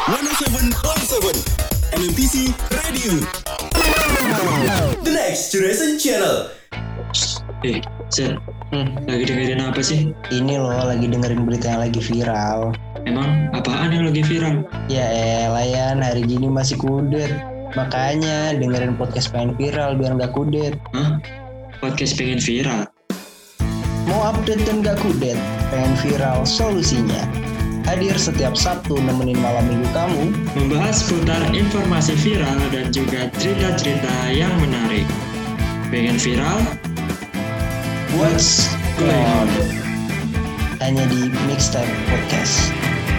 107.7 MMTC Radio. The Next Generation Channel. Sen, lagi dengerin apa sih? Ini loh lagi dengerin berita yang lagi viral. Emang apaan yang lagi viral? Ya elah Yan, hari gini masih kudet. Makanya dengerin podcast pengen viral biar gak kudet. Hah? Podcast pengen viral? Mau update dan gak kudet? Pengen viral solusinya. Hadir setiap Sabtu nemenin malam minggu kamu. Membahas seputar informasi viral dan juga cerita-cerita yang menarik. Pengen viral? What's going on? Hanya di Mixtape Podcast.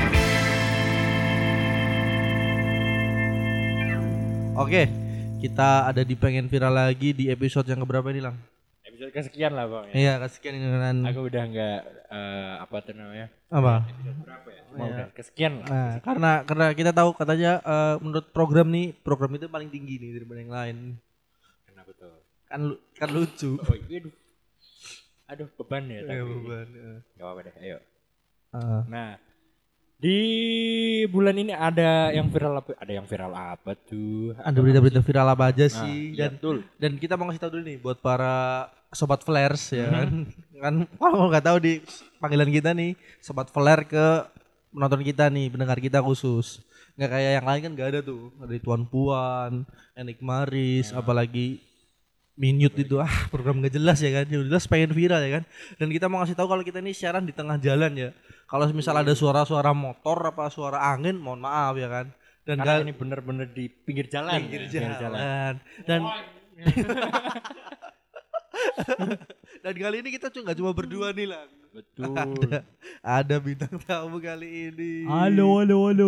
Oke, kita ada di pengen viral lagi di episode yang keberapa ini, Lang? Episode kesekian lah bang. Iya, kesekian ini kan. Aku udah nggak apa tuh namanya? Apa? Episode berapa ya? Cuma Iya. udah kesekian lah. Nah, karena kita tahu katanya menurut program itu paling tinggi nih daripada yang lain. Kenapa tuh? Kan lucu. Oh, aduh. Aduh beban ya tapi. Iya, beban. Gak apa-apa deh, ayo. Ah. Nah, di bulan ini ada yang viral apa? Ada yang viral apa tuh? Ada berita-berita viral apa aja sih? iya, betul. Dan kita mau kasih tahu dulu nih buat para sobat flares ya kan. Kan kalau nggak tahu di panggilan kita nih sobat flare ke penonton kita nih, pendengar kita khusus. Nggak kayak yang lain kan nggak ada tuh. Ada Tuan Puan, Enik Maris, apalagi Minute itu program nggak jelas ya kan. Ya udah pengen viral ya kan. Dan kita mau kasih tahu kalau kita ini siaran di tengah jalan ya. Kalau misal ada suara-suara motor apa suara angin, mohon maaf ya kan. Dan Karena ini bener-bener di pinggir jalan. pinggir ya, jalan. Dan kali ini kita nggak cuma berdua nih Lang. Betul. Ada bintang tamu kali ini. Halo.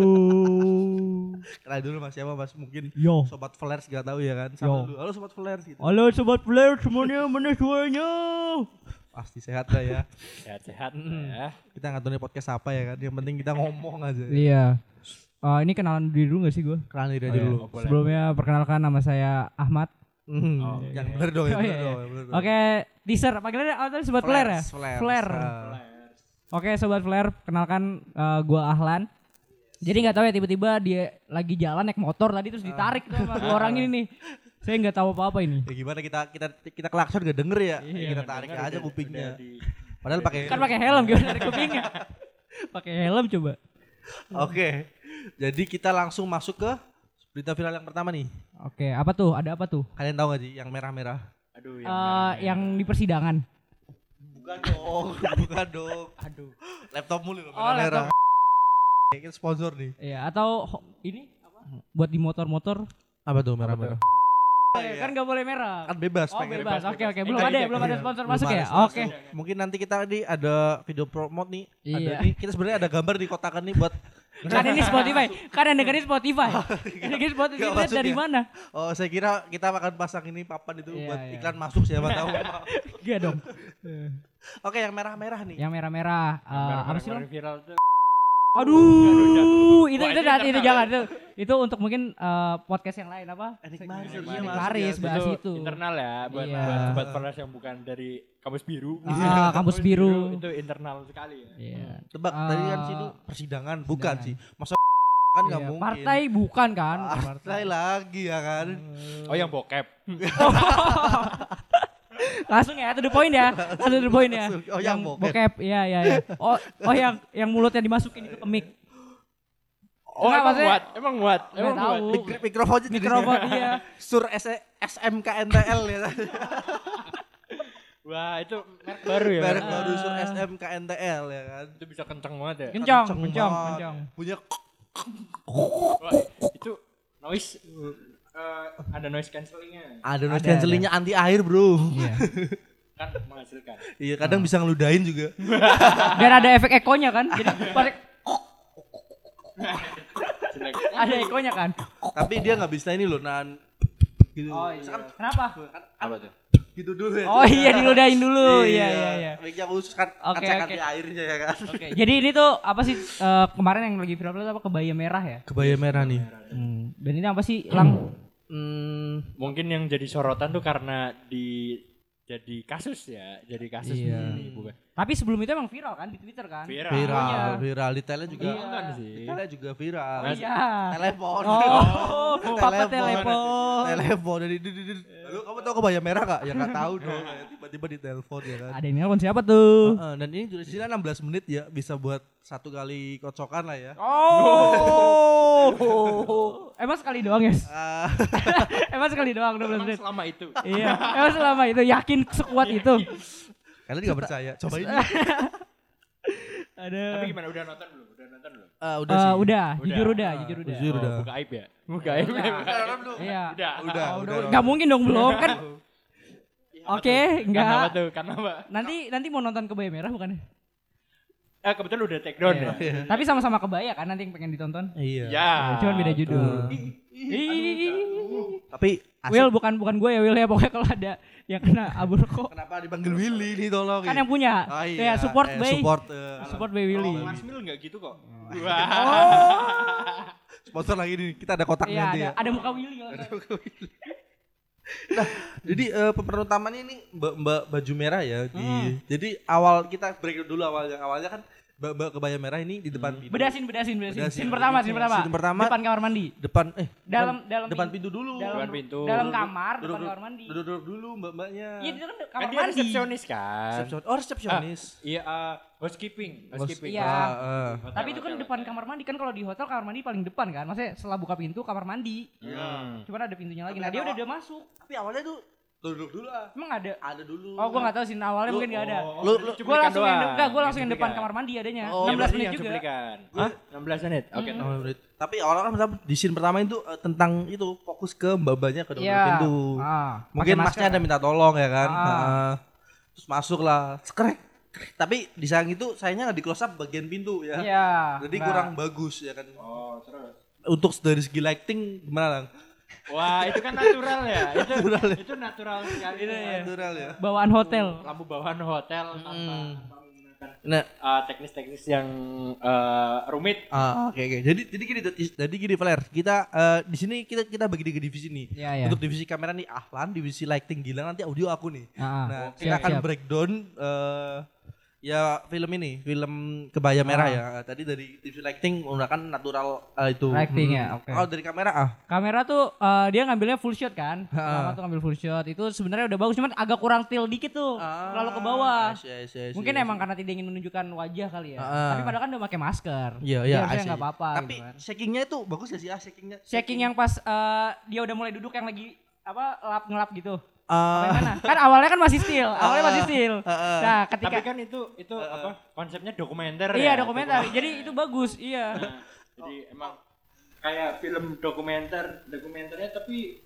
Kenal dulu Mas siapa Mas, mungkin Yo. sobat flares gak tahu ya kan. Yo. Sama dulu. Halo sobat flares gitu. Halo sobat player semuanya, mana suaranya? Pasti sehat lah ya. Sehat-sehat ya. Kita nggak tahu nih podcast apa ya kan. Yang penting kita ngomong aja. Iya. Ini kenalan diri dulu gak sih gue? Kenalan diri aja Oh, iya. dulu. Oh, boleh. Sebelumnya perkenalkan nama saya Ahmad. Yang bener dong, yang Oh, bener iya, dong, iya. yang bener dong. Oke, teaser. Panggilannya apa tadi sobat player ya? Flare. Oke, sobat flare, kenalkan gue Ahlan. Jadi nggak tahu ya tiba-tiba dia lagi jalan naik motor tadi terus ditarik tuh sama dua orang ini nih. Saya nggak tahu apa-apa ini. Ya gimana kita klakson gak denger ya? Iya, Kita tarik Dengar aja udah kupingnya. di- Padahal pakai. Kan pakai helm gimana dari kupingnya? Pakai helm coba. Oke. Jadi kita langsung masuk ke berita viral yang pertama nih. Oke, apa tuh? Ada apa tuh? Kalian tahu gak sih yang merah-merah? Aduh Yang di persidangan. Bukan dong, bukan dong. Aduh. Laptop mulu loh, Oh, merah-merah. Kita sponsor nih. Iya, atau ini apa? Buat di motor-motor. Apa tuh merah-merah? Kan nggak boleh merah. Kan bebas. Oh, pengen bebas. Oke. Belum Enggak, ada ya, enggak, belum ada iya. sponsor Belum masuk ada ya? sponsor. Oke. Mungkin nanti kita ada video promote nih. Iya. Ada nih. Kita sebenarnya ada gambar di kotakan nih buat. Kan ini Spotify. Kan yang dengerin Spotify. Yang dengerin Spotify Nggak lihat masuk dari ya? mana? Oh, saya kira kita akan pasang ini papan itu Iya, buat iya. iklan masuk siapa tahu. Iya dong. Oke, yang merah-merah nih. Yang merah-merah. Apa sih, Lang? viral tuh? Aduh, itu Wah, itu jangan itu. Itu untuk mungkin podcast yang lain apa? Enik Maris. Iya, Enik Maris, bahas itu. Internal ya buat Iya. sobat Flash yang bukan dari kampus biru. Kampus biru. Itu internal sekali ya. Iya. Tebak tadi kan sini persidangan, bukan sih. Masa kan nggak Iya, mungkin. partai bukan kan? Partai lagi ya kan. Oh yang bokep. Langsung ya, to the point ya. To the point ya. Oh, yang bokep. bokep. Iya. Oh yang mulutnya dimasukin itu ke mic. Oh Nggak, emang maksudnya- muat, emang muat. Nggak tahu. Mikrofonnya jadi Mikrofon iya. Sur SMKNTL ya. Wah itu merek baru ya. Merek baru Sur SMKNTL ya kan. Itu bisa kenceng banget ya. Kencang. banget. Punya Wah, itu noise ada noise cancellingnya. ada noise cancellingnya anti air, Bro. Iya. Kan menghasilkan. Iya, kadang bisa ngeludahin juga. Biar ada efek ekonya kan. Jadi balik Jelek. ada ekonya kan. Tapi dia nggak bisa ini loh, nan. Gitu. Kenapa? Apa tuh? Gitu dulu ya. Oh iya diludahin dulu. Iya. Mic-nya khusus kan Oke, ngecek oke. anti airnya ya kan. Oke. Jadi ini tuh apa sih kemarin yang lagi viral itu apa kebaya merah ya? Kebaya merah nih. Dan ini apa sih Lang? Mungkin yang jadi sorotan tuh karena di jadi kasus ya, jadi kasus Iya. ini bukan. Tapi sebelum itu emang viral kan di Twitter kan? Viral, detailnya juga. Iya. Detailnya juga viral. Oh, iya. Telepon. Oh, papa telepon. Telepon dari lalu kamu tahu kebaya merah gak? Ya gak tahu dong. Tiba-tiba ditelepon ya kan. Ada yang nelpon siapa tuh? Dan ini durasinya 16 menit ya, bisa buat 1 kali kocokan lah ya. Oh. Emang sekali doang, Yes? Emang sekali doang 12 menit. Selama itu. Iya, emang selama itu yakin sekuat itu. Kalian juga percaya? Cobain. Ada. Tapi gimana, udah nonton belum? Udah sih. Udah, jujur udah. Jujur udah. Buka aib ya? Buka aib. Iya. Udah. Enggak mungkin dong belum kan. Oke, enggak. Kenapa tuh? Kenapa? Nanti mau nonton Kebaya Merah bukan? Kebetulan udah take down ya. Tapi sama-sama Kebaya kan nanti yang pengen ditonton. Iya. Ya. Cuman beda judul. Tapi asik. Will bukan gue ya Will ya, pokoknya kalau ada yang kena abu rokok Kenapa dipanggil Willy nih tolong? kan yang punya. Oh, iya. Ya support by Support by Willy. Mas Mil enggak gitu kok. sponsor lagi nih. Kita ada kotak Iya, nanti ya. ada muka Willy. Nah, jadi pemeran utamanya ini Mbak baju merah ya. Jadi awal kita break dulu awalnya kan Mbak kebaya merah ini di depan pintu. Bedasin. Scene pertama. Depan kamar mandi. Depan pintu dulu. Depan pintu. Dalam kamar, depan kamar mandi. Duduk dulu mbaknya. Iya, itu kan Kan kamar dia mandi. resepsionis kan. Resepsionis. Iya, housekeeping. Iya. Tapi itu kan depan kamar mandi kan, kalau di hotel kamar mandi paling depan kan. Maksudnya setelah buka pintu kamar mandi. Cuman ada pintunya lagi. Nah, dia udah masuk. Tapi awalnya tuh duduk dulu lah. Emang ada? Ada dulu. Oh, gua enggak tahu sih awalnya mungkin enggak ada. Gua langsung yang depan kamar mandi adanya. 16 menit juga. Hah? 16 menit. Oke. Tapi awalnya kan di scene pertama itu tentang itu fokus ke mbak-mbaknya ke dalam pintu. Mungkin masnya ada minta tolong ya kan. Terus masuk lah. Sekrek. Tapi di saat itu sayangnya nggak di close up bagian pintu ya. Iya. Jadi kurang bagus ya kan. Oh, terus. Untuk dari segi lighting gimana Lang? Wah, itu kan natural ya. Itu natural sekali. Natural ya. Bawaan hotel. Lampu bawaan hotel tanpa menggunakan Nah, teknis-teknis yang rumit. Oke. Jadi gini Flair, kita di sini kita bagi tiga divisi nih. Iya. Untuk divisi kamera nih Ahlan, divisi lighting Gilang, nanti audio aku nih. Nah, kita Siap. akan breakdown ya film Kebaya Merah ya. Tadi dari divisi lighting menggunakan natural itu. Lighting ya, oke. Kalau dari kamera Kamera tuh dia ngambilnya full shot kan. Pertama tuh ngambil full shot. Itu sebenarnya udah bagus, cuman agak kurang tilt dikit tuh. Terlalu ke bawah. Mungkin emang karena tidak ingin menunjukkan wajah kali ya. Tapi padahal kan udah pakai masker. Iya, harusnya enggak apa-apa. Tapi gitu kan. shakingnya itu bagus gak sih shakingnya? Shaking yang pas dia udah mulai duduk yang lagi ngelap gitu. Bagaimana? Kan awalnya kan masih still. Nah, ketika Tapi kan itu apa? Konsepnya dokumenter ya. iya dokumenter. Jadi itu bagus. Iya. Jadi emang kayak film dokumenternya tapi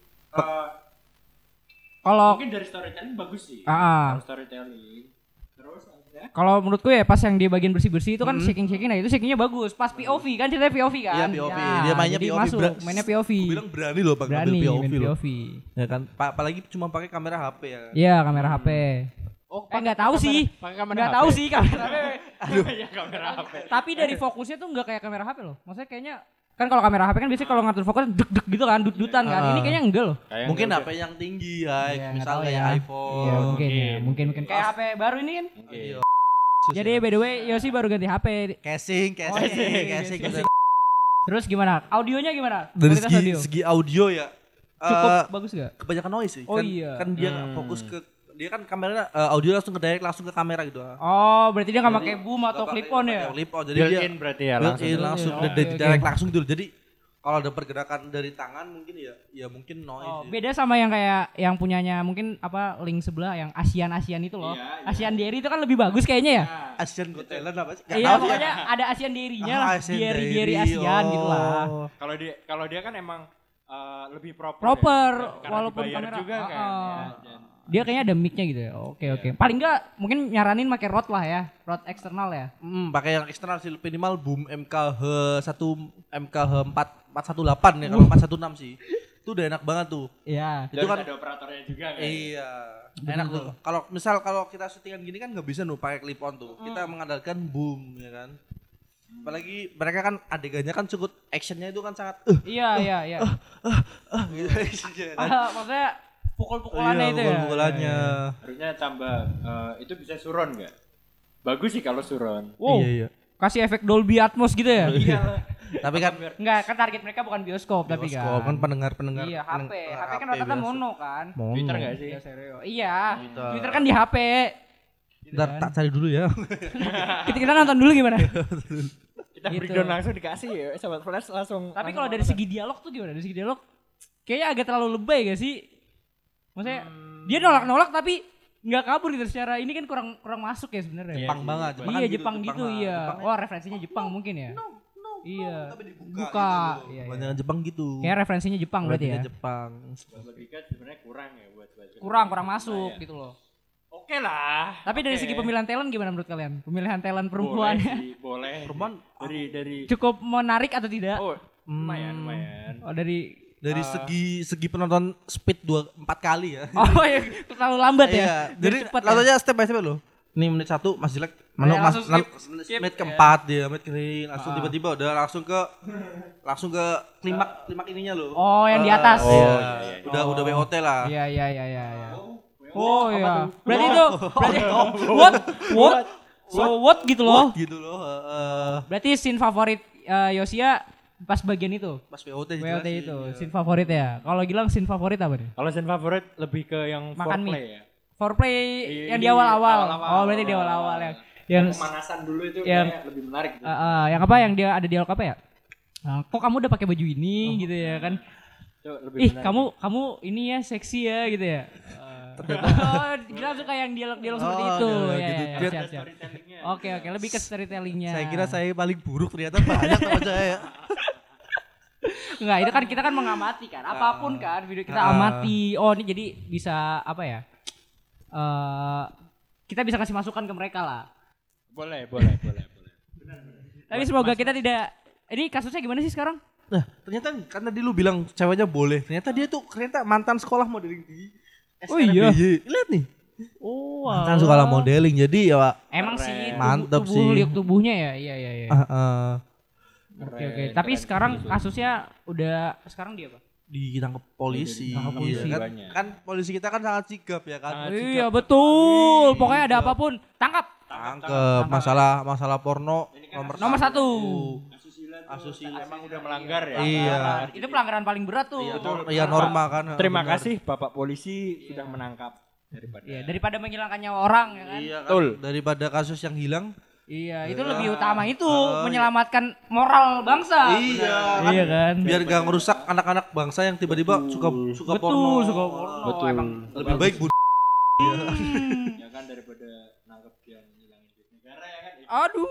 Kalau mungkin dari storytelling bagus sih. Ah. Kalau storytelling. Terus akhirnya Kalau menurutku ya pas yang dia bagian bersih-bersih itu kan shaking, nah itu shakingnya bagus. Pas POV kan ceritanya POV kan. Iya, POV. Ya, Dia mainnya jadi POV. Masuk, mainnya POV. Aku bilang berani loh pakai Berani POV main loh. POV. Ya kan, apalagi cuma pakai kamera HP ya kan. Iya, kamera HP. Enggak tahu sih. pakai kamera Enggak HP. tahu sih kamera HP. ya kamera HP. Tapi dari fokusnya tuh enggak kayak kamera HP loh. Maksudnya kayaknya kan kalau kamera HP kan biasanya kalau ngatur fokus deg-deg gitu kan, dut-dutan kan. Ini kayaknya enggak loh. Mungkin HP yang tinggi ya, Iya, nggak misalnya tahu kayak ya. iPhone. Iya, mungkin kayak HP baru ini kan. Iya. Jadi by the way Yosi baru ganti HP. Casing. Terus gimana? Audionya gimana? Dari Kualitas segi audio ya. Cukup bagus gak? Kebanyakan noise sih. Oh kan, iya. Kan dia fokus ke dia kan kameranya audio langsung ke kamera gitu. Oh, berarti dia enggak pakai boom atau clip on ya? Clip on jadi Built dia in berarti ya langsung Oke. direct langsung dulu. Jadi kalau ada pergerakan dari tangan mungkin ya mungkin noise. Oh, ya. beda sama yang kayak yang punyanya mungkin link sebelah yang Asian itu loh. Iya. Asian Dairy itu kan lebih bagus kayaknya ya. Asian Got Talent apa sih? Nggak Iya, tahu sih. pokoknya ada Asian Dairy-nya lah. Asian Dairy Dairy, Asian gitu lah. Kalau dia kan emang lebih proper. Proper ya. Karena walaupun dibayar kamera juga kan. Ya, dia kayaknya ada mic-nya gitu ya. Oke. Paling enggak mungkin nyaranin pakai rod lah ya, rod eksternal ya. Pakai yang eksternal sih minimal boom MKH418 ya, kalau 416 sih. Itu udah enak banget tuh. Iya. Itu kan ada operatornya juga kan. iya. Enak tuh. Kalau kita syutingan gini kan nggak bisa pakai clip on tuh. Kita mengandalkan boom ya kan. Apalagi mereka kan adegannya kan cukup actionnya itu kan sangat Iya. gitu actionnya kan. Maksudnya pukul-pukulannya itu ya. Pukul-pukulannya. Harusnya tambah itu bisa surround enggak? Bagus sih kalau surround. Wow. Iya. Kasih efek Dolby Atmos gitu ya. Iya. Tapi kan Enggak, kan target mereka bukan bioskop tapi bioskop kan pendengar-pendengar. Iya, HP. HP kan rata-rata biasa. mono kan. Mono. Twitter enggak sih? Iya, stereo. Iya. Twitter kan di HP. Ntar tak cari dulu ya. Kita nonton dulu gimana? Kita Gitu. breakdown langsung dikasih ya, sobat flash langsung. Tapi kalau dari segi dialog tuh gimana? Dari segi dialog kayaknya agak terlalu lebay gak sih? Maksudnya dia nolak-nolak tapi nggak kabur gitu secara ini kan kurang masuk ya sebenarnya. Jepang banget. Iya Jepang gitu iya. Wah referensinya Jepang mungkin ya. Iya. Buka. Iya, iya. Banyak Jepang gitu. Kayak referensinya Jepang berarti ya. Jepang. Logika sebenarnya kurang ya buat Kurang masuk gitu loh. Oke lah. Tapi dari segi pemilihan talent gimana menurut kalian? Pemilihan talent perempuan boleh. Perempuan dari cukup menarik atau tidak? Oh, lumayan. Oh dari segi penonton speed 4 kali ya. Oh ya terlalu lambat ya. Iya. Jadi cepet langsung aja step by step loh. Ini menit 1 Mas Jelek langsung skip. menit keempat dia menit kering langsung tiba-tiba udah langsung ke klimak ininya loh. Oh yang di atas. Iya. Udah WOT lah. Iya. Oh iya. Berarti itu what? So what gitu loh. Gitu loh. Berarti scene favorit Yosia pas bagian itu. Pas WOT itu scene favorit ya. Kalau Gilang scene favorit apa nih? Kalau scene favorit lebih ke yang Makan foreplay mie. ya. Foreplay yang di awal-awal. Awal-awal. Oh berarti di awal-awal yang Pemanasan dulu itu yang- kayak lebih menarik gitu. yang apa yang dia ada dialog apa ya? Kok kamu udah pakai baju ini gitu ya kan? Itu lebih Ih menarik. kamu ini ya seksi ya gitu ya. Oh, dia suka yang dialog seperti itu. iya, Ya, gitu. ya, Dia- siap. Oke, lebih ke storytellingnya. Saya kira saya paling buruk ternyata banyak teman saya. Enggak, itu kan kita kan mengamati kan. Apapun kan video kita amati. Oh, ini jadi bisa apa ya? Kita bisa kasih masukan ke mereka lah. Boleh. Tapi semoga kita tidak. Ini kasusnya gimana sih sekarang? Nah, ternyata kan tadi lu bilang ceweknya boleh. Ternyata dia tuh mantan sekolah modeling di Oh iya. SNBY. Lihat nih. Oh, Mantan sekolah modeling. Jadi ya, Pak. Emang sih Mantep sih. liuk tubuhnya ya. Iya. Oke. Tapi sekarang kasusnya sekarang dia apa? Ditangkap polisi. Ditangkap polisi. Iya, Banyak. kan polisi kita kan sangat sigap ya kan. Iya betul. Pokoknya ada apapun tangkap. Tangkep masalah porno nomor 1. asusila. Emang udah melanggar ya. Iya. Itu pelanggaran paling berat tuh. Iya norma kan. Terima Benar. kasih Bapak polisi sudah menangkap Daripada menghilangkan nyawa orang ya kan. Iya kan. Betul. Daripada kasus yang hilang. Iya, itu lebih utama itu menyelamatkan moral bangsa. Iya kan. Biar gak ngerusak anak-anak bangsa yang tiba-tiba suka porno. Suka porno. Emang Lebih baik ya kan daripada nangkep yang ngilangin duit negara ya kan. aduh.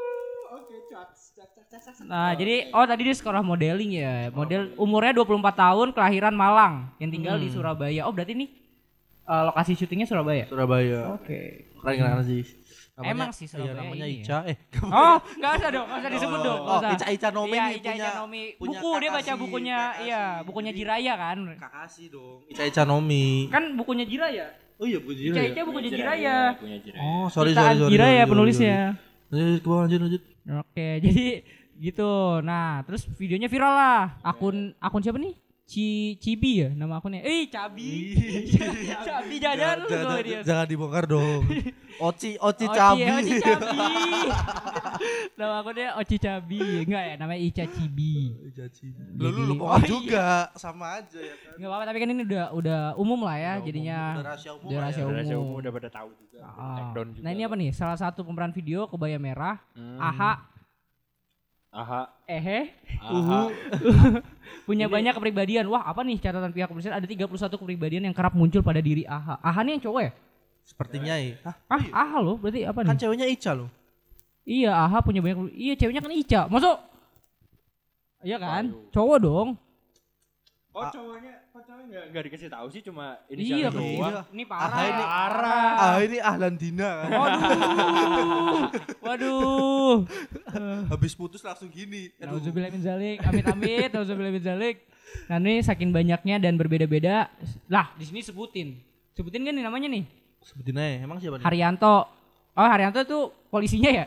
Nah, jadi tadi dia sekolah modeling ya. Model umurnya 24 tahun, kelahiran Malang, yang tinggal di Surabaya. Oh, berarti nih lokasi syutingnya Surabaya. Surabaya. Oke. Keren sih. Emang sih Surabaya. Iya, namanya ini Ica. Oh, enggak usah dong, enggak usah disebut dong. Oh, Ica Nomi Iya, nih Ica Nomi. punya Buku dia baca Kakashi, bukunya, iya, bukunya Jiraya kan. Kakasi dong. Ica Nomi. Kan bukunya Jiraya. Oh iya buku Jiraya. Ica bukunya Jiraya. Punya Jiraya. Oh, sorry. Jiraya penulisnya. Lanjut ke bawah lanjut. Oke, jadi gitu. Nah, terus videonya viral lah. Akun siapa nih? Cibi ya nama akunnya. Cabi. Cabi jajan lu tuh dia. Jangan dibongkar dong. Oci Oci Cabi. Cabi. Nama akunnya Oci Cabi. Enggak ya, namanya Ica Cibi. Lu bongkar juga sama aja ya kan. Enggak apa-apa, tapi kan ini udah umum lah ya, jadinya Udah rahasia umum. udah rahasia Rahasia umum. umum udah pada tahu juga. Take down juga. Nah, ini apa nih? Salah satu pemeran video kebaya merah, Aha. punya banyak kepribadian. Wah, apa nih catatan pihak kepolisian? Ada 31 kepribadian yang kerap muncul pada diri Aha. Aha nih yang cowok ya? Sepertinya ya. Hah? Aha loh, berarti apa Kan nih? ceweknya Ica loh. Iya, Aha punya banyak. Iya, ceweknya kan Ica. Masuk? Iya kan? Cowok dong. Oh cowoknya nggak dikasih tahu sih, cuma Iya, inisialnya doang. ini parah. Aha ini parah. ini Ahlan Dina kan. Waduh. Habis putus langsung gini. Nauzubillah min zalik. Amit-amit, nauzubillah min zalik. Nah, ini saking banyaknya dan berbeda-beda. Lah, di sini sebutin kan nih namanya nih. Sebutin aja, emang siapa nih? Haryanto, Oh Haryanto itu polisinya ya?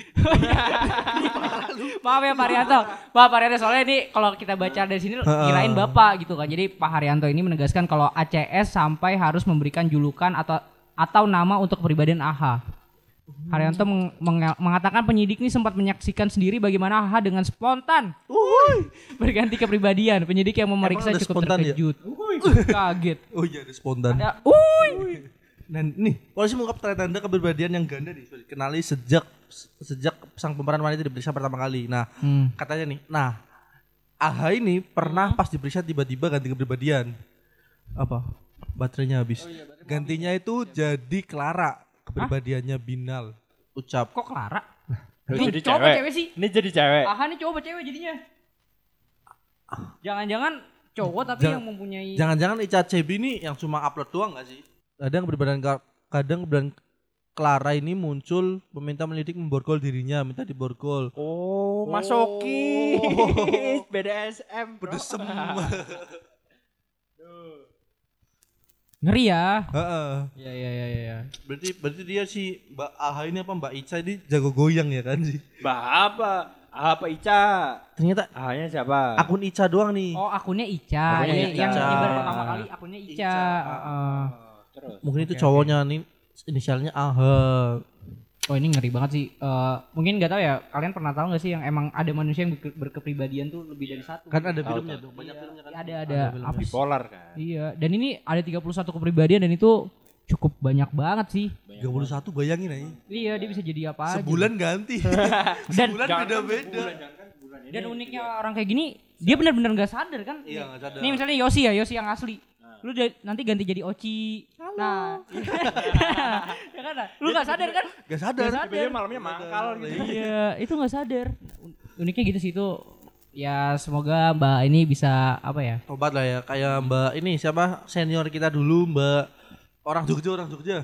Maaf ya Pak Haryanto. Pak Haryanto soalnya ini kalau kita baca dari sini kirain Bapak gitu kan. Jadi Pak Haryanto ini menegaskan kalau ACS sampai harus memberikan julukan atau nama untuk kepribadian AHA. Haryanto mengatakan penyidik ini sempat menyaksikan sendiri bagaimana AHA dengan spontan berganti kepribadian. Penyidik yang memeriksa cukup terkejut. Kaget. Oh iya ada spontan. Ada Dan nih polisi mengungkap tanda-tanda kepribadian yang ganda dikenali sejak sang pemeran wanita diperiksa pertama kali. Nah katanya nih, AHA ini pernah pas diperiksa tiba-tiba ganti kepribadian. Apa? Baterainya habis. Gantinya itu jadi Clara, kepribadiannya Binal. Ucap. kok Clara? Ini Ini jadi cowok cewek. cewek sih? Ini jadi cewek. AHA ini cowok apa cewek jadinya? Jangan-jangan cowok tapi yang mempunyai Jangan-jangan Ica Cebi ini yang cuma upload doang gak sih? Kadang keberadaan Clara ini muncul meminta penyidik memborgol dirinya, minta diborgol. Oh, masokis. BDSM. Pedesem. ngeri ya. Heeh. Iya. Berarti dia si Mbak AHA ini apa Mbak Ica ini jago goyang ya kan sih? Apa Ica? Ternyata Ahnya siapa? akun Ica doang nih. Oh akunnya Ica, Akunnya yang Ica. nyebar pertama kali akunnya Ica. Terus. Mungkin itu cowoknya nih inisialnya AHA. Oh ini ngeri banget sih. Mungkin nggak tahu ya. Kalian pernah tahu nggak sih yang emang ada manusia yang berkepribadian tuh lebih dari satu? Kan ada filmnya tuh, banyak filmnya kan. Ada apa? Bipolar kan. Iya. Dan ini ada 31 kepribadian dan itu cukup banyak banget sih. 31 bayangin aja. Iya dia bisa jadi apa aja. Sebulan ganti. Dan Sebulan beda-beda. dan uniknya orang kayak gini, dia benar-benar nggak sadar kan? Iya nggak sadar. Nih misalnya Yosi yang asli. Lu nanti ganti jadi Oci. Nah. Ya kan? Lu enggak sadar kan? Gak sadar. Tiba-tiba malamnya mangkal gitu. Iya, itu enggak sadar. Uniknya gitu sih itu. Ya semoga Mbak ini bisa apa ya? Tobat lah ya, kayak Mbak ini siapa senior kita dulu Mbak orang Jogja.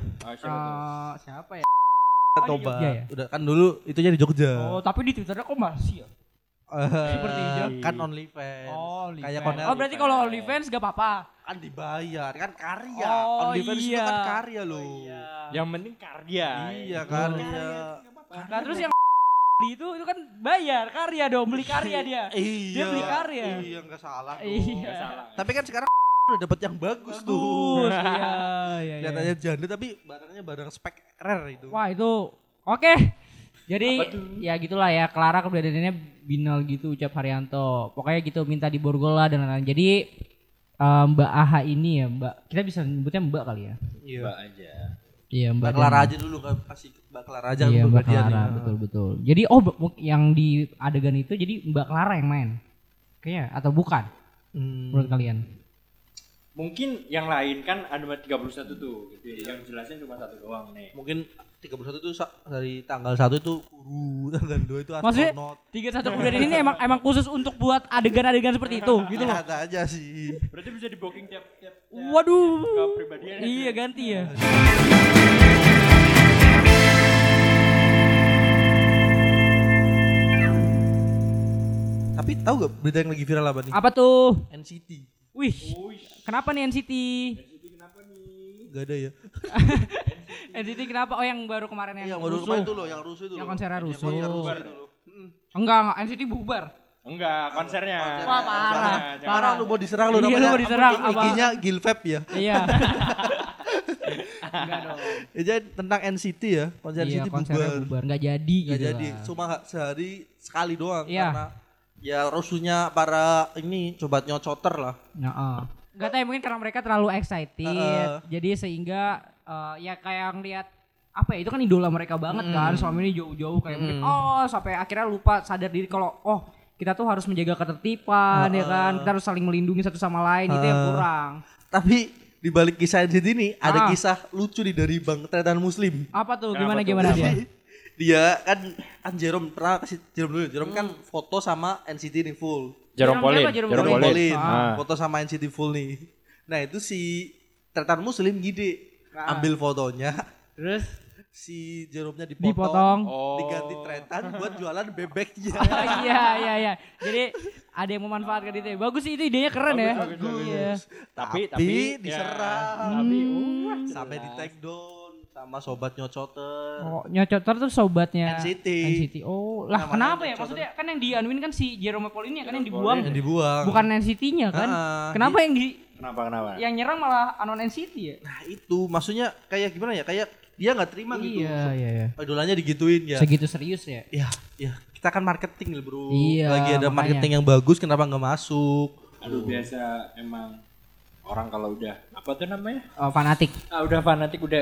Siapa ya? Tobat. Jogja ya? Udah kan dulu itu jadi Jogja. Oh, tapi di Twitternya kok masih ya? Seperti itu. Kan OnlyFans. Oh, Kayak OnlyFans. Cornel. Oh, berarti kalau OnlyFans gak apa-apa. Kan dibayar, kan karya. Oh, OnlyFans itu iya. kan karya loh. Yang penting karya. Iya karya. Nah, terus yang itu kan bayar karya dong, beli karya dia. Iya. Dia beli karya. Iya nggak salah. Dong. Iya. Tapi kan sekarang udah dapat yang bagus tuh. Iya. Kelihatannya janda tapi barangnya barang spek rare itu. Wah, itu oke. Jadi ya gitulah ya, Clara keberadaannya Binal gitu, ucap Haryanto. Pokoknya gitu minta diborgol lah dan lain-lain. Jadi Mbak AHA ini ya, Mbak, kita bisa nyebutnya Mbak kali ya. Iya. Mbak aja. Iya, Mbak Clara aja dulu kan kasih Mbak Clara aja iya, Mbak kepribadian Clara, ya. betul. Jadi yang di adegan itu jadi Mbak Clara yang main. Kayaknya atau bukan? Menurut kalian? Mungkin yang lain kan ada 31 tuh gitu. Yang jelasin cuma satu doang nih. Mungkin 31 itu dari tanggal 1 itu guru, tanggal 2 itu Maksudnya astronot. 31 kemudian ini emang khusus untuk buat adegan-adegan seperti itu gitu loh. Ada aja sih. Berarti bisa di booking tiap Waduh. kepribadian. Iya ganti ya. Tapi tahu gak berita yang lagi viral apa nih? Apa tuh? NCT. Wih. Kenapa nih NCT? Gak ada ya. NCT kenapa? Oh yang baru kemarin yang Yang baru rusuh. kemarin itu loh, yang rusuh itu. Yang loh. konsernya rusuh. Konser rusuh itu loh. Enggak, NCT bubar. Enggak, konsernya. Wah, parah. Parah lu mau diserang lu Iya, namanya. lu mau diserang, apa? IG-nya Gilvap ya. Iya. Enggak dong. Ya, jadi tentang NCT ya, konser Iya, NCT konsernya bubar. bubar. Enggak jadi Gak gitu jadi, lah. cuma sehari sekali doang Iya. karena ya rusuhnya para ini coba nyocoter lah. Heeh. Enggak tahu ya, mungkin karena mereka terlalu excited. Jadi sehingga ya kayak ngeliat apa ya, itu kan idola mereka banget kan selama ini jauh-jauh kayak mungkin sampai akhirnya lupa sadar diri kalau kita tuh harus menjaga ketertiban ya kan, kita harus saling melindungi satu sama lain, itu yang kurang. Tapi di balik kisah NCT ini ada kisah lucu nih dari Bang Tretan Muslim. Apa tuh? Kenapa Gimana tuh? dia? Dia kan Jerome pernah kasih Jerome dulu. Jerome kan foto sama NCT nih full. Jerome Pauline. siapa? Jerome Jerome Pauline. Pauline. Ah. Foto sama NCT full nih. Nah itu si Tretan Muslim gede ambil fotonya. Terus Si Jerome-nya dipotong. diganti Tretan buat jualan bebeknya. Iya. Jadi ada yang memanfaatkan itu. Bagus sih, itu idenya keren ya. Iya. Tapi Tapi diserang. Tapi Sampai di take down sama sobat nyocoter. Oh, nyocoter tuh sobatnya NCT. Oh, lah Nah, kenapa makanya ya? Maksudnya kan yang dianuin kan si Jerome Paul ini ya kan yang dibuang. Yang dibuang. Bukan NCT-nya kan? Kenapa yang Kenapa? yang nyerang malah anon NCT ya? Nah itu maksudnya kayak gimana ya? Kayak dia nggak terima gitu. Iya. Idolanya digituin ya. Segitu serius ya? Ya kita kan marketing bro. Iya, Lagi ada makanya. marketing yang bagus, kenapa nggak masuk? Aduh biasa emang orang kalau udah apa tuh namanya? Oh, fanatik. Udah fanatik udah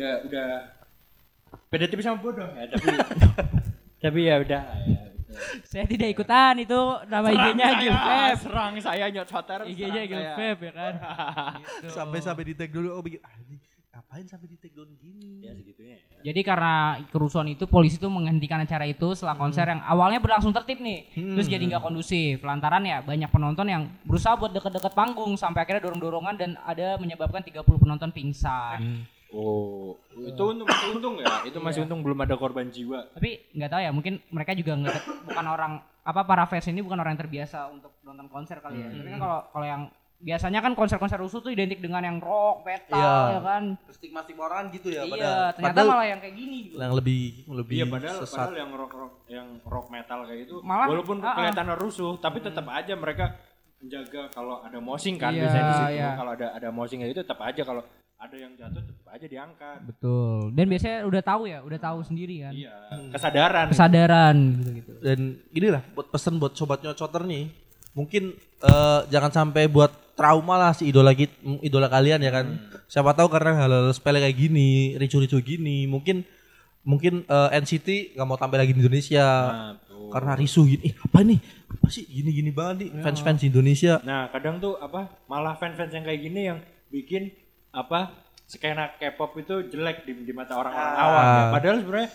beda tipis sama bodoh ya tapi ya udah ya. Saya tidak ikutan itu nama IG-nya Gilfeb. Serang saya nyocoter. IG-nya Gilfeb ya kan. Gitu. Sampai di tag dulu. Oh bikin ini ngapain sampai di tag down gini? Ya segitunya. Jadi karena kerusuhan itu polisi tuh menghentikan acara itu setelah konser yang awalnya berlangsung tertib nih. Terus jadi nggak kondusif. Lantaran ya banyak penonton yang berusaha buat deket-deket panggung sampai akhirnya dorong-dorongan dan ada menyebabkan 30 penonton pingsan. Oh, itu masih untung ya. Itu masih untung belum ada korban jiwa. Tapi nggak tahu ya, mungkin mereka juga bukan orang para fans ini bukan orang yang terbiasa untuk nonton konser kali ya. Tapi kan kalau yang biasanya kan konser-konser rusuh tuh identik dengan yang rock, metal ya kan. Stigma orang gitu ya. Iya, ternyata malah yang kayak gini gitu. Yang lebih Iya padahal yang rock metal kayak itu Malah, walaupun kelihatan rusuh tapi tetap aja mereka menjaga kalau ada moshing kan Iya, biasanya di situ. iya. Kalau ada moshing kayak gitu tetap aja kalau ada yang jatuh tetap aja diangkat. Betul. Dan biasanya udah tahu sendiri kan. Iya, kesadaran gitu. Dan inilah buat pesen buat sobat nyocoter nih. Mungkin jangan sampai buat trauma lah si idola kalian ya kan. Siapa tahu karena hal-hal sepele kayak gini, ricu-ricu gini, mungkin NCT nggak mau tampil lagi di Indonesia. Karena risu gini. Apa nih? Apa sih gini-gini banget nih fans-fans Indonesia. Nah, kadang tuh malah fans-fans yang kayak gini yang bikin skena K-pop itu jelek di mata orang-orang awam ya. Padahal sebenarnya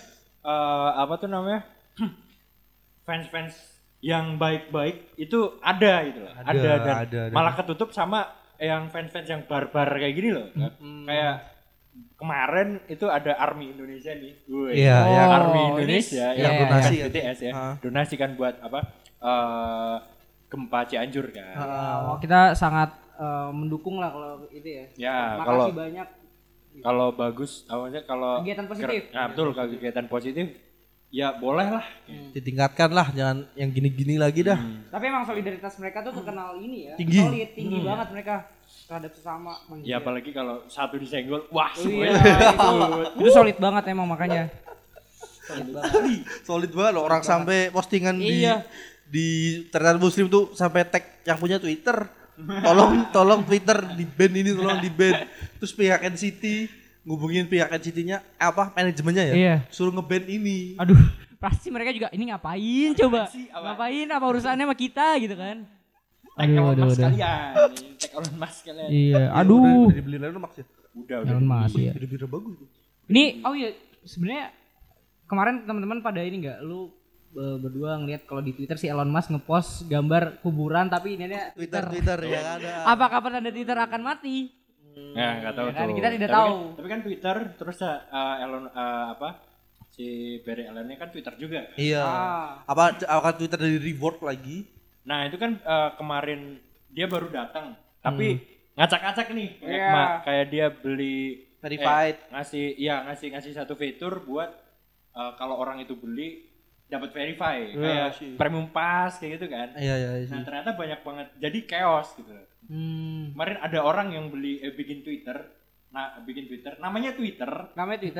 fans-fans yang baik-baik itu ada gitu loh. Ada. Malah ketutup sama yang fans-fans yang barbar kayak gini loh. Kayak kemarin itu ada ARMY Indonesia nih. ARMY Indonesia yang donasi BTS ya. Donasi kan buat gempa Cianjur kan. Kita sangat mendukung lah kalau itu ya. Ya, makasih banyak. Kalau bagus, awalnya kalau kegiatan positif. Betul, kalau kegiatan positif ya boleh lah. Ditingkatkan lah, jangan yang gini-gini lagi dah. Tapi emang solidaritas mereka tuh terkenal ini ya. Tinggi banget mereka terhadap sesama. Ya apalagi kalau satu disenggol, wah semuanya itu solid banget emang makanya. Solid banget loh, orang sampai postingan di ternyata muslim tuh sampai tag yang punya Twitter. Tolong Twitter di ban ini, tolong di ban. Terus pihak NCT ngubungin pihak NCT-nya manajemennya ya. Iya. Suruh nge-ban ini. Aduh, pasti mereka juga ini ngapain coba? Ngapain apa urusannya sama kita gitu kan? Tag Elon Musk kalian. Tag Elon Musk kalian. Iya, aduh. Udah dibeli Elon Musk ya? Udah. Elon Musk ya. Udah bagus tuh. Ini sebenarnya kemarin teman-teman pada ini enggak lu berdua ngeliat kalau di Twitter si Elon Musk ngepost gambar kuburan tapi ini ada Twitter ya ada. Apa kapan ada Twitter akan mati? Ya nggak tahu Ya kan, tuh. kita tidak tahu. Tapi kan Twitter terus Elon si Barry Allen-nya kan Twitter juga. Iya. Akan Twitter dari reward lagi? Nah itu kan kemarin dia baru datang, tapi ngacak-ngacak nih. Kayak dia beli verified. Ngasih satu fitur buat kalau orang itu beli dapat verify kayak premium pass kayak gitu kan. Iya. Nah ternyata banyak banget jadi chaos gitu. Kemarin ada orang yang bikin Twitter, namanya Twitter,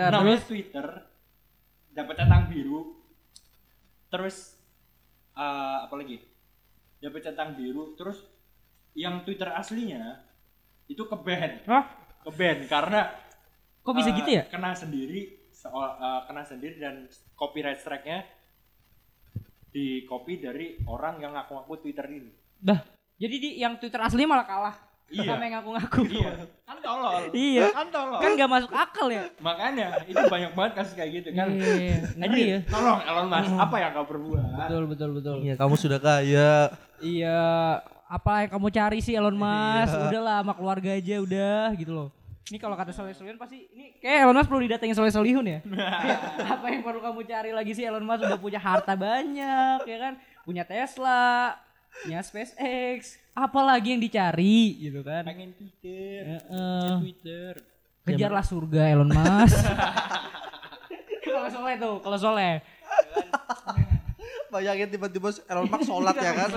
dapat centang biru, terus apa lagi? Dapat centang biru, terus yang Twitter aslinya itu ke-ban. Ke-ban karena kok bisa gitu ya? Kena sendiri dan copyright strike-nya di copy dari orang yang ngaku-ngaku Twitter ini. Jadi yang Twitter asli malah kalah sama yang ngaku-ngaku. Iya. Kan tolol. Iya. Kan tolol. Kan gak masuk akal ya. Makanya itu banyak banget kasus kayak gitu kan. Iya. Ngeri ya. Tolong Elon Musk, apa yang kau perbuat? Betul. Iya, kamu sudah kaya. Iya. Apa yang kamu cari sih Elon Musk? Udahlah sama keluarga aja udah gitu loh. Ini kalau kata Soleh Solihun pasti ini kayak Elon Musk perlu didatengin Soleh Solihun ya. Apa yang perlu kamu cari lagi sih Elon Musk udah punya harta banyak ya kan, punya Tesla, punya SpaceX, apalagi yang dicari gitu kan. Pengen Twitter. Twitter. Kejarlah surga Elon Musk. Kalau soleh. Bayangin tiba-tiba Elon Musk sholat ya kan.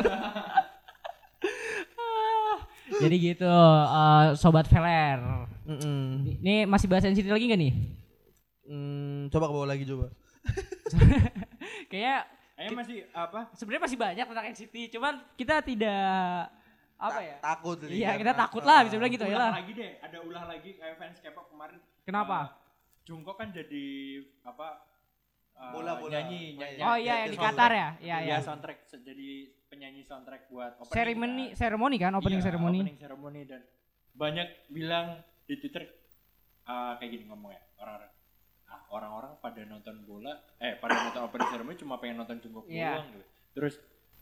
Jadi gitu, Sobat Veler. Ini masih bahas NCT lagi gak nih? Coba ke bawah lagi coba. Kayak masih apa? Sebenarnya masih banyak tentang NCT, cuman kita tidak Takut. Iya, kita takut lah bisa bilang gitu ya lah. Lagi deh, ada ulah lagi kayak fans K-pop kemarin. Kenapa? Jungkook kan jadi apa? Bola. Nyanyi. Oh iya, yang di Qatar ya? Iya. Soundtrack jadi penyanyi soundtrack buat opening. Seremoni kan, opening ceremony. Opening ceremony dan banyak bilang di Twitter kayak gini ngomongnya orang-orang pada nonton bola, pada nonton opening ceremony cuma pengen nonton Jungkook doang gitu. Terus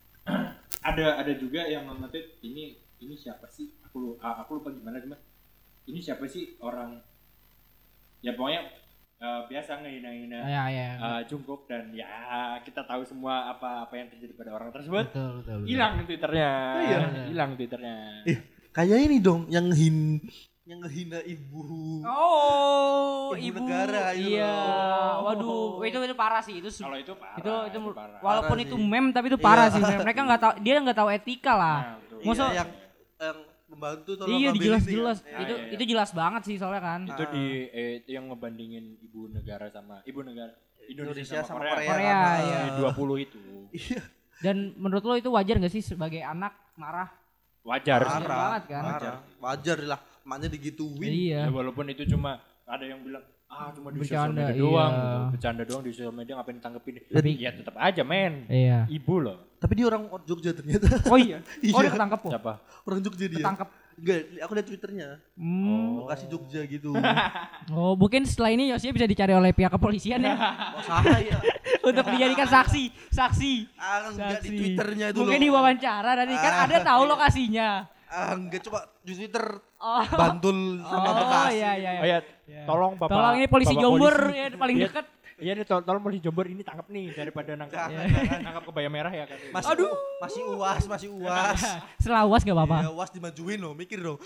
ada juga yang nge-tweet ini siapa sih? Aku lupa gimana cuma ini siapa sih orang ya pokoknya biasa ngehina-hina Jungkook dan ya kita tahu semua apa yang terjadi pada orang tersebut. Betul. Hilang Twitternya. Hilang Twitternya. Kayak ini dong yang ngehina ibu. Oh, ibu negara itu. Iya. Waduh, itu parah sih itu. Kalau itu parah. Itu parah. walaupun Parah itu sih. meme tapi itu parah sih. Mereka dia nggak tahu etika lah. Iya, yang membantu tolong Iya, ngambil jelas. ini kan. Itu jelas banget sih soalnya kan. Itu itu yang ngebandingin ibu negara sama Indonesia sama Korea iya. 20 itu. Iya. Dan menurut lo itu wajar gak sih sebagai anak marah? Wajar sih. banget kan? Wajar lah, maknya digituin. Iya. Ya, walaupun itu cuma ada yang bilang cuma di sosial Bercanda, media doang iya. gitu. Bercanda doang di sosial media ngapain ditangkepin. Tapi- Ya tetap aja men. Iya. Ibu loh. Tapi dia orang Jogja ternyata. Oh iya. Oh dia Iya. ketangkep kok. Siapa? Orang Jogja dia. Ketangkep. Enggak, aku lihat Twitternya. Lokasi Jogja gitu. Oh mungkin setelah ini Yosia bisa dicari oleh pihak kepolisian ya. Oh, salah ya. Untuk dijadikan saksi. Enggak di Twitternya itu Mungkin loh. diwawancara nanti kan ada tahu lokasinya. Enggak, coba di Twitter Oh. Bantul sama Bekasi. Iya. Oh ya, tolong Bapak. Tolong ini polisi Bapak Jombor polisi. ya paling Iya, dekat. Iya nih tolong polisi Jombor ini tangkap nih daripada nangkap kebaya merah ya kan. Masih uas. Selawas gak apa-apa. Ya, uas dimajuin loh, mikir dong.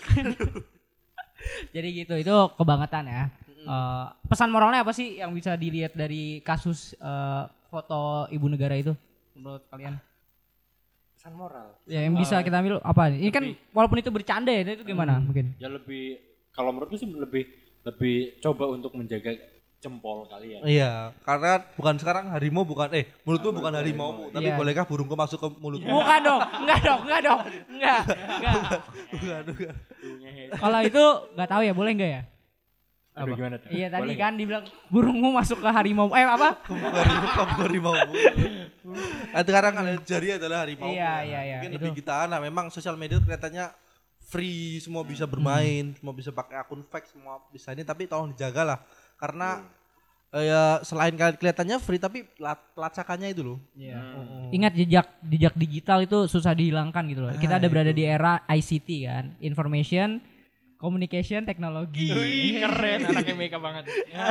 Jadi gitu, itu kebangetan ya. Pesan moralnya apa sih yang bisa dilihat dari kasus foto ibu negara itu menurut kalian? Pesan moral. Ya yang bisa kita ambil apa? Ini kan walaupun itu bercanda ya, itu gimana mungkin? Ya lebih kalau menurutku sih lebih coba untuk menjaga jempol kalian. Iya, karena bukan sekarang harimau menurutmu bukan harimau, tapi Iya. bolehkah burungku masuk ke mulutmu? Bukan dong, enggak dong. Enggak. Bukan. Kalau itu enggak tahu ya, boleh enggak ya? Aduh, gimana tuh? Iya tadi Boleh kan dibilang burungmu masuk ke harimau. Apa? Kamu harimau. Sekarang ada jari adalah harimau. Iya. Mungkin Itu. lebih kita memang sosial media kelihatannya free, semua bisa bermain, semua bisa pakai akun fake, semua bisa ini, tapi tolong dijaga lah. Karena ya selain kelihatannya free tapi pelacakannya itu loh. Iya. Ingat jejak digital itu susah dihilangkan gitu loh. Kita ada berada di era ICT kan, information, communication, technology. Keren anaknya Meka banget.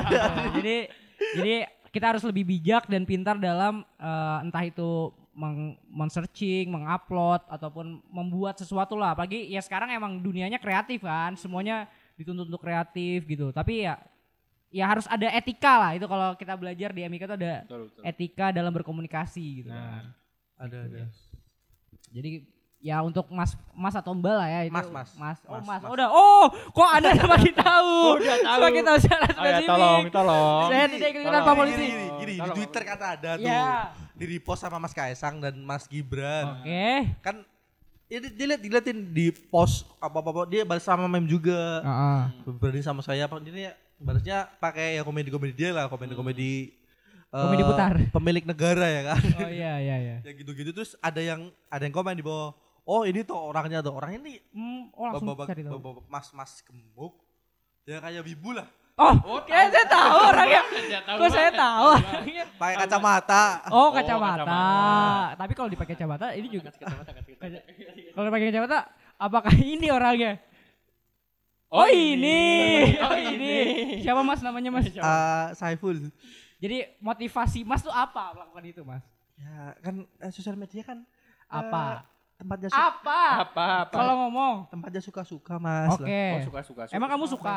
Jadi kita harus lebih bijak dan pintar dalam entah itu men-searching, mengupload ataupun membuat sesuatu lah. Apalagi ya sekarang emang dunianya kreatif kan, semuanya dituntut untuk kreatif gitu. Tapi ya harus ada etika lah, itu kalau kita belajar di MIK itu ada Betul. etika dalam berkomunikasi gitu kan. Ada. Jadi ya untuk mas atau mbak lah ya itu. Mas. Oh mas. Udah. Oh kok anda semakin tahu. Udah tahu. Semakin tahu secara spesifik. Tolong. Saya tidak ikut-ikutan Tolong. Pak Polisi. Gini, di Twitter kan ada tuh. Ya. Di repost sama Mas Kaisang dan Mas Gibran. Oke. Kan ya dilihatin di post apa dia balas sama meme juga. Berani sama saya apa ini balasnya pakai ya komedi dia lah, komedi Komedi putar. Pemilik negara ya kan. Oh iya. Ya gitu-gitu terus ada yang komen di bawah. Oh ini tuh orangnya ini Langsung cari tahu. mas gemuk. Ya kayak Wibu lah. Oh, saya tahu orangnya. Kok saya tahu orangnya? Pakai kacamata. Oh, kacamata. Tapi kalau dipakai kacamata ini juga. Kalau dipakai kacamata, apakah ini orangnya? Oh ini. Siapa Mas namanya Mas? Saiful. Jadi motivasi Mas tuh apa melakukan itu Mas? Ya kan sosial media kan Apa? tempatnya Apa? Kalau ngomong. tempatnya suka-suka Mas. Oke. Suka. Emang kamu suka?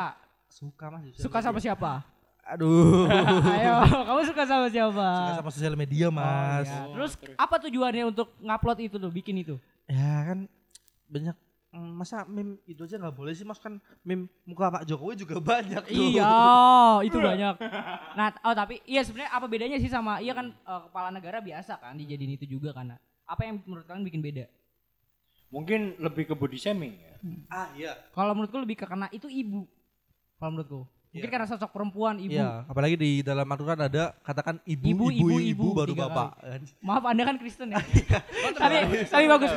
suka Mas. Suka sama siapa? Aduh. Ayo, kamu suka sama siapa? Suka sama sosial media Mas. Ya. Terus apa tujuannya untuk ngupload itu tuh, bikin itu? Ya kan banyak masa meme itu aja nggak boleh sih Mas, kan meme muka Pak Jokowi juga banyak tuh. Iya, itu banyak. Nah, tapi iya sebenarnya apa bedanya sih sama kan kepala negara biasa kan dijadiin itu juga kan. Apa yang menurut kalian bikin beda? Mungkin lebih ke body shaming ya. Iya. Kalau menurutku lebih ke karena itu ibu. Kalau menurutku. Mungkin karena sosok perempuan ibu. Iya, apalagi di dalam Al-Qur'an ada katakan ibu baru bapak. Maaf Anda kan Kristen ya. tapi bagus.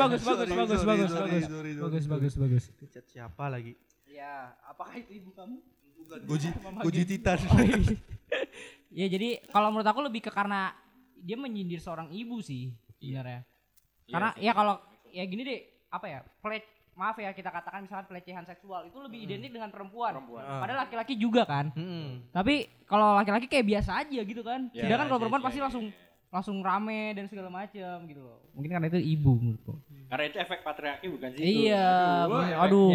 Chat siapa lagi? Ya, apakah itu ibu kamu? Bukan. Goji Titan. Ya jadi kalau menurut aku lebih ke karena dia menyindir seorang ibu sih sebenarnya. Karena ya kalau ya gini deh, apa ya? Maaf ya kita katakan misalkan pelecehan seksual itu lebih identik dengan perempuan. Padahal laki-laki juga kan. Tapi kalau laki-laki kayak biasa aja gitu kan. Sedangkan kalau perempuan pasti langsung rame dan segala macam gitu loh. Mungkin karena itu ibu menurutku. Karena itu efek patriarki bukan sih? Iya. Aduh.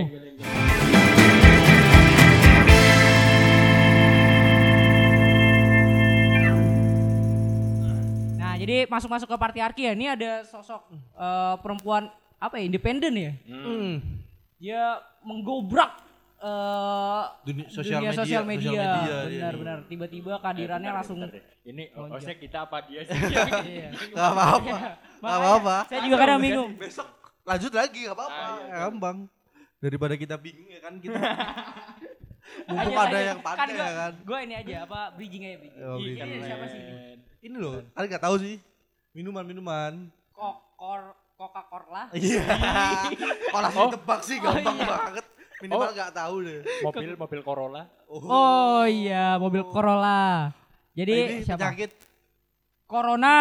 Nah, jadi masuk ke patriarki ya. Ini ada sosok perempuan apa ya, independen ya. Dia menggobrak dunia sosial media. Benar. Tiba-tiba kehadirannya langsung. Ini hostnya kita apa dia sih? Gak apa-apa. Saya juga kadang bingung. Besok lanjut lagi gak apa-apa. Gampang. Daripada kita bingung ya kan kita. Mumpung ada yang pandai ya kan. Gue ini aja bridging aja. Ini siapa sih ini? Ini loh, kalian gak tahu sih. Minuman. Coca-Cola. Iya. Kalau langsung tebak sih gampang banget. Minimal gak tahu deh. Mobil Corolla. Oh iya, mobil Corolla. Jadi siapa? Penyakit Corona.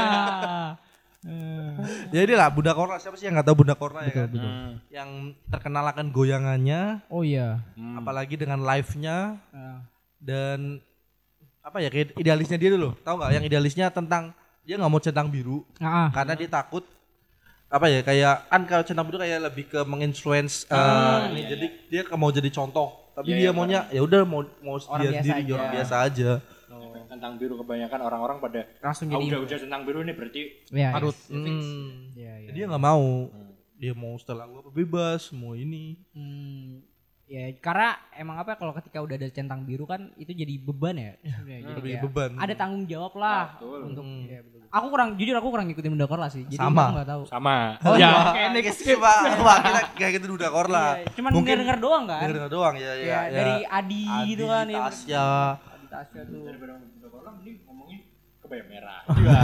Jadi lah Bunda Corona, siapa sih yang gak tahu Bunda Corona ya kan? Yang terkenal akan goyangannya. Oh iya. Apalagi dengan live-nya. Dan apa ya, kayak idealisnya dia dulu. Tahu gak yang idealisnya tentang dia gak mau centang biru. Karena dia takut apa ya, kayak kan kalau centang biru kayak lebih ke menginfluence jadi dia mau jadi contoh, tapi dia maunya ya udah mau dia sendiri orang biasa aja. Centang biru kebanyakan orang-orang pada langsung jadi udah centang biru ini berarti harus dia nggak mau, dia mau setelah gua bebas mau ini. Ya karena emang apa kalau ketika udah ada centang biru kan itu jadi beban ya. Jadi beban. Ada tanggung jawab lah untuk ya, betul. Aku kurang ngikutin Bunda Corla sih. Jadi sama. aku enggak tahu. Sama. Oh ya. Kayak sih Pak. Wah, kita kayak gitu Bunda Corla. Cuman denger doang kan? Denger doang ya. Dari Adi gitu kan ya. Tasya tuh. Daripada Bunda Corla mending ngomongin kebaya merah.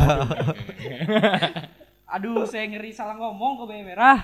Aduh, saya ngeri salah ngomong kebaya merah.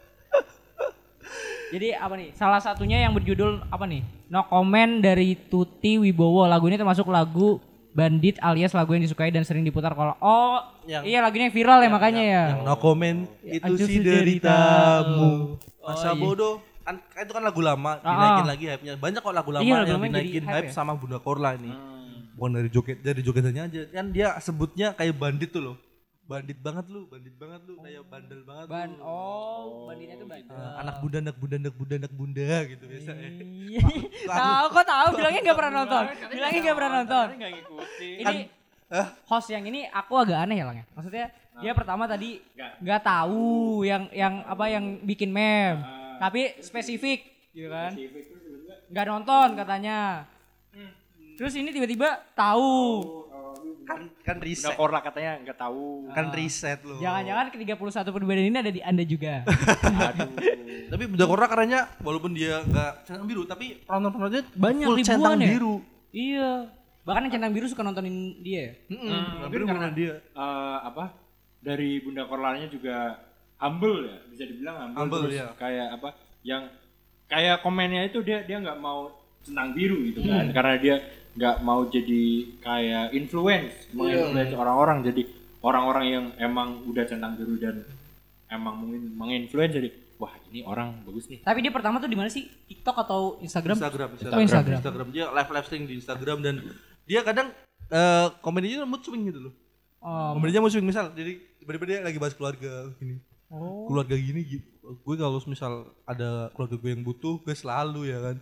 Jadi apa nih? Salah satunya yang berjudul apa nih? No Comment dari Tuti Wibowo. Lagu ini termasuk lagu Bandit alias lagu yang disukai dan sering diputar kalau iya lagunya viral ya makanya ya. Yang No Comment itu si deritamu. Masa bodoh. Kan itu kan lagu lama dinaikin lagi hype-nya. Banyak kok lagu lama yang dinaikin hype sama Bunda Corla ini. Bukan dari jogetannya aja. Kan dia sebutnya kayak bandit tuh loh. Bandit banget lu, kayak bandel banget lu. Banditnya tuh bandel. Anak bunda gitu biasanya. Kok tahu bilangnya enggak pernah nonton. Enggak ngikutin. Ini host yang ini aku agak aneh ya Lang ya. Maksudnya dia pertama tadi enggak tahu yang bikin meme. Tapi spesifik gitu kan. Enggak nonton katanya. Terus ini tiba-tiba tahu. Kan riset. Bunda Corla katanya enggak tahu. Kan riset loh. Jangan-jangan ke-31 perbedaan ini ada di Anda juga. Aduh. Tapi Bunda Corla karenanya walaupun dia enggak centang biru tapi penonton-penontonnya banyak full ribuan centang ya? biru. Iya. Bahkan yang centang biru suka nontonin dia. Mungkin karena dia dari Bunda Corlanya juga humble ya, bisa dibilang humble terus kayak apa? Yang kayak komennya itu dia enggak mau centang biru gitu kan. Karena dia nggak mau jadi kayak menginfluence orang-orang, jadi orang-orang yang emang udah centang biru dan emang mungkin menginfluence jadi wah ini orang bagus nih. Tapi dia pertama tuh di mana sih? TikTok atau Instagram? Instagram. Dia live streaming di Instagram dan dia kadang komedinya mood swing gitu loh. Komedinya mood swing misal jadi tiba-tiba dia lagi bahas keluarga gini. Keluarga gini gitu. Gue kalau misal ada keluarga gue yang butuh gue selalu ya kan.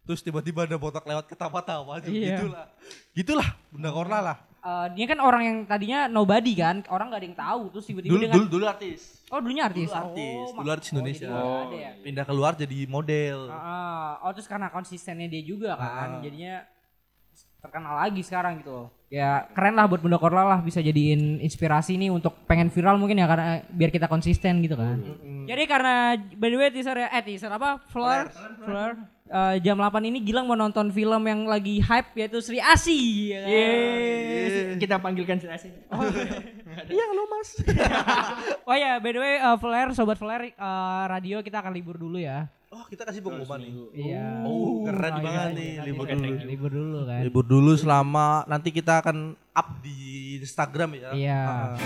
Terus tiba-tiba ada botak lewat ketawa-tawa Iya. Gitulah Bunda Korla lah. Dia kan orang yang tadinya nobody kan, orang gak ada yang tahu, terus tiba-tiba dengan Dulu artis. Oh, dulunya artis. Dulu artis Indonesia. Ada ya. Pindah keluar jadi model. Terus karena konsistennya dia juga kan, jadinya terkenal lagi sekarang gitu loh. Ya keren lah buat Bunda Korla lah, bisa jadiin inspirasi nih untuk pengen viral mungkin ya, karena biar kita konsisten gitu kan. Jadi karena by the way teaser apa? Fleur. Jam 8 ini Gilang mau nonton film yang lagi hype yaitu Sri Asi. Ya kan? Kita panggilkan Sri Asi. Iya lo Mas. Oh ya, by the way Sobat Flare radio kita akan libur dulu ya. Oh kita kasih pengumuman nih. Iya. Oh keren banget nih Libur dulu kan. Libur dulu selama nanti kita akan up di Instagram ya. Iya.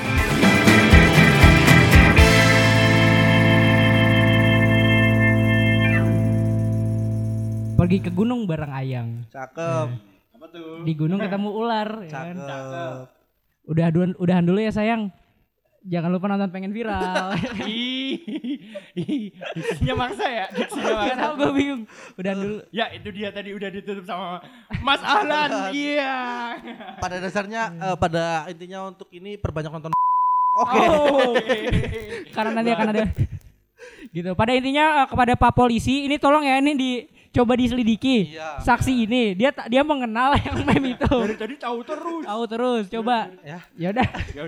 Pergi ke gunung bareng Ayang. Cakep. Apa tuh? Di gunung ketemu ular. Cakep. Ya kan? Udahan dulu ya sayang. Jangan lupa nonton Pengen Viral. Diksinya maksa ya? Gak tau, gue bingung. Udahan dulu. Ya itu dia tadi udah ditutup sama Mas Ahlan. Iya. Pada dasarnya pada intinya untuk ini perbanyak nonton. Oke. Karena nanti akan ada gitu. Pada intinya kepada Pak Polisi ini tolong ya, ini coba diselidiki. Iya. Saksi ini dia mengenal yang meme itu. Dari tadi tahu terus. Coba. Ya udah.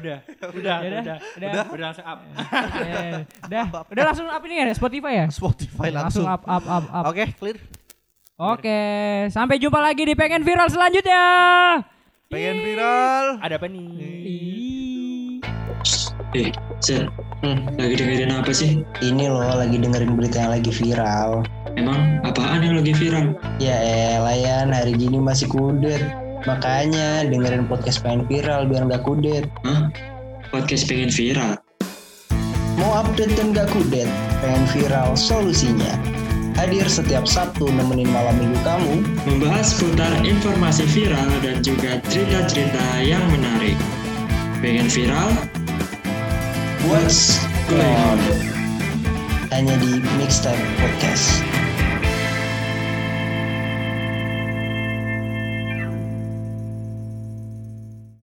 Udah langsung up. Udah langsung up ini ya Spotify ya? Spotify langsung. Up. Oke, clear. Oke, sampai jumpa lagi di Pengen Viral selanjutnya. Pengen viral. Ada apa nih? Zen, lagi dengerin apa sih? Ini loh lagi dengerin berita yang lagi viral. Emang apaan yang lagi viral? Ya elah Yan, hari gini masih kudet. Makanya dengerin podcast Pengen Viral biar gak kudet. Hah? Podcast Pengen Viral? Mau update dan gak kudet? Pengen Viral solusinya. Hadir setiap Sabtu nemenin malam minggu kamu. Membahas seputar informasi viral dan juga cerita-cerita yang menarik. Pengen viral? What's going on? Hanya di Mixtape